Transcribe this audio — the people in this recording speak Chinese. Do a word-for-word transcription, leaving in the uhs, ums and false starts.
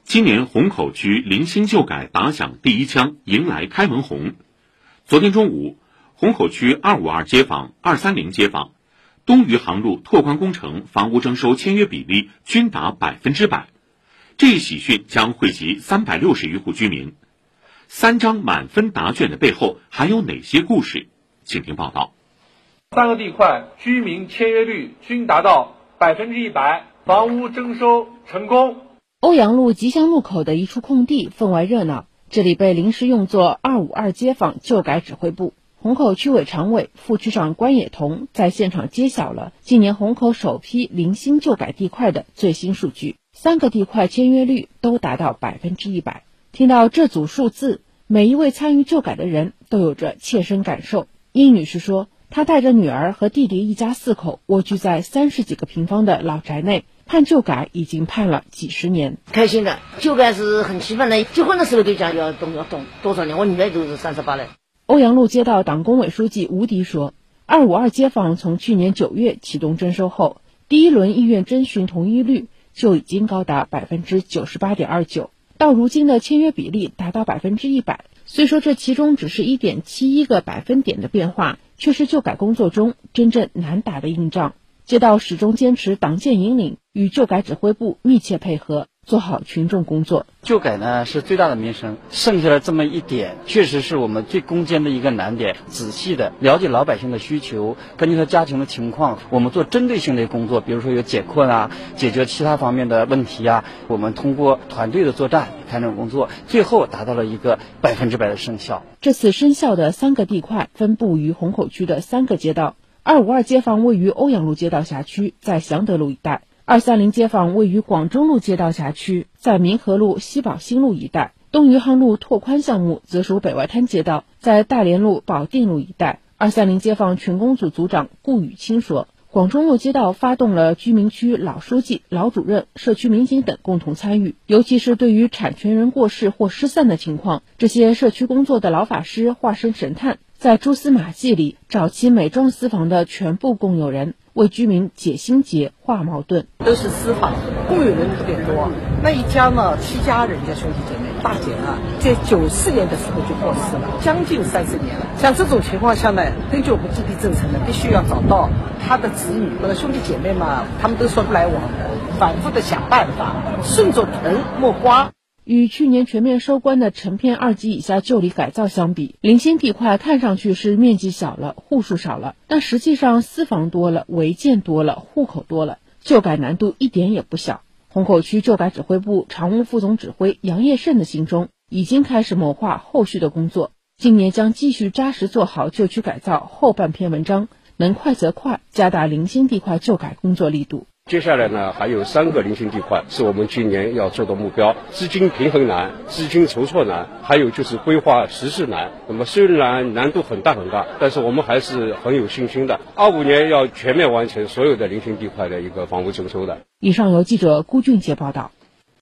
今年虹口区零星旧改打响第一枪，迎来开门红。昨天中午，虹口区二五二街坊、二三零街坊，东余杭路拓宽工程房屋征收签约比例均达百分之百。这一喜讯将惠及三百六十余户居民。三张满分答卷的背后还有哪些故事？请听报道。 三个地块居民签约率均达到百分之一百，房屋征收成功。 欧阳路吉祥路口的一处空地分外热闹，这里被临时用作二五二街坊旧改指挥部。虹口区委常委、副区长关野彤在现场揭晓了今年虹口首批零星旧改地块的最新数据，三个地块签约率都达到百分之一百。听到这组数字，每一位参与旧改的人都有着切身感受。殷女士说，她带着女儿和弟弟一家四口蜗居在三十几个平方的老宅内，盼旧改已经盼了几十年。 开心的，旧改是很期盼的，结婚的时候就讲要动要动多少年，我女儿都是三十八了。 欧阳路街道党工委书记吴迪说，二五二街坊从去年九月启动征收后，第一轮意愿征询同意率就已经高达百分之九十八点二九，到如今的签约比例达到百分之一百。虽说这其中只是一点七一个百分点的变化，却是旧改工作中真正难打的硬仗。街道始终坚持党建引领，与旧改指挥部密切配合，做好群众工作。 旧改呢是最大的民生，剩下的这么一点，确实是我们最攻坚的一个难点。仔细的了解老百姓的需求，根据他家庭的情况，我们做针对性的工作，比如说有解困啊，解决其他方面的问题啊，我们通过团队的作战开展工作，最后达到了一个百分之百的生效。 这次生效的三个地块分布于虹口区的三个街道。二五二街坊位于欧阳路街道辖区，在祥德路一带；二三零街坊位于广中路街道辖区，在民和路西宝新路一带；东余杭路拓宽项目则属北外滩街道，在大连路保定路一带。二三零街坊群工组组长顾雨清说，广中路街道发动了居民区老书记、老主任、社区民警等共同参与，尤其是对于产权人过世或失散的情况，这些社区工作的老法师化身神探，在蛛丝马迹里找齐美妆私房的全部共有人，为居民解心结、化矛盾。 都是私房，共有人特别多。那一家呢，七家人家兄弟姐妹，大姐呢，在九四年的时候就过世了，将近三十年了。像这种情况下呢，根据我们治地政策呢，必须要找到他的子女或者兄弟姐妹嘛，他们都说不来往的，反复的想办法，顺着藤摸瓜。 与去年全面收官的成片二级以下旧里改造相比，零星地块看上去是面积小了，户数少了，但实际上私房多了，违建多了，户口多了，旧改难度一点也不小。虹口区旧改指挥部常务副总指挥杨业胜的心中已经开始谋划后续的工作，今年将继续扎实做好旧区改造后半篇文章，能快则快，加大零星地块旧改工作力度。 接下来呢，还有三个零星地块是我们今年要做的目标。资金平衡难，资金筹措难，还有就是规划实施难。那么虽然难度很大很大，但是我们还是很有信心的。二五年要全面完成所有的零星地块的一个房屋征收的。 以上由记者辜俊杰报道。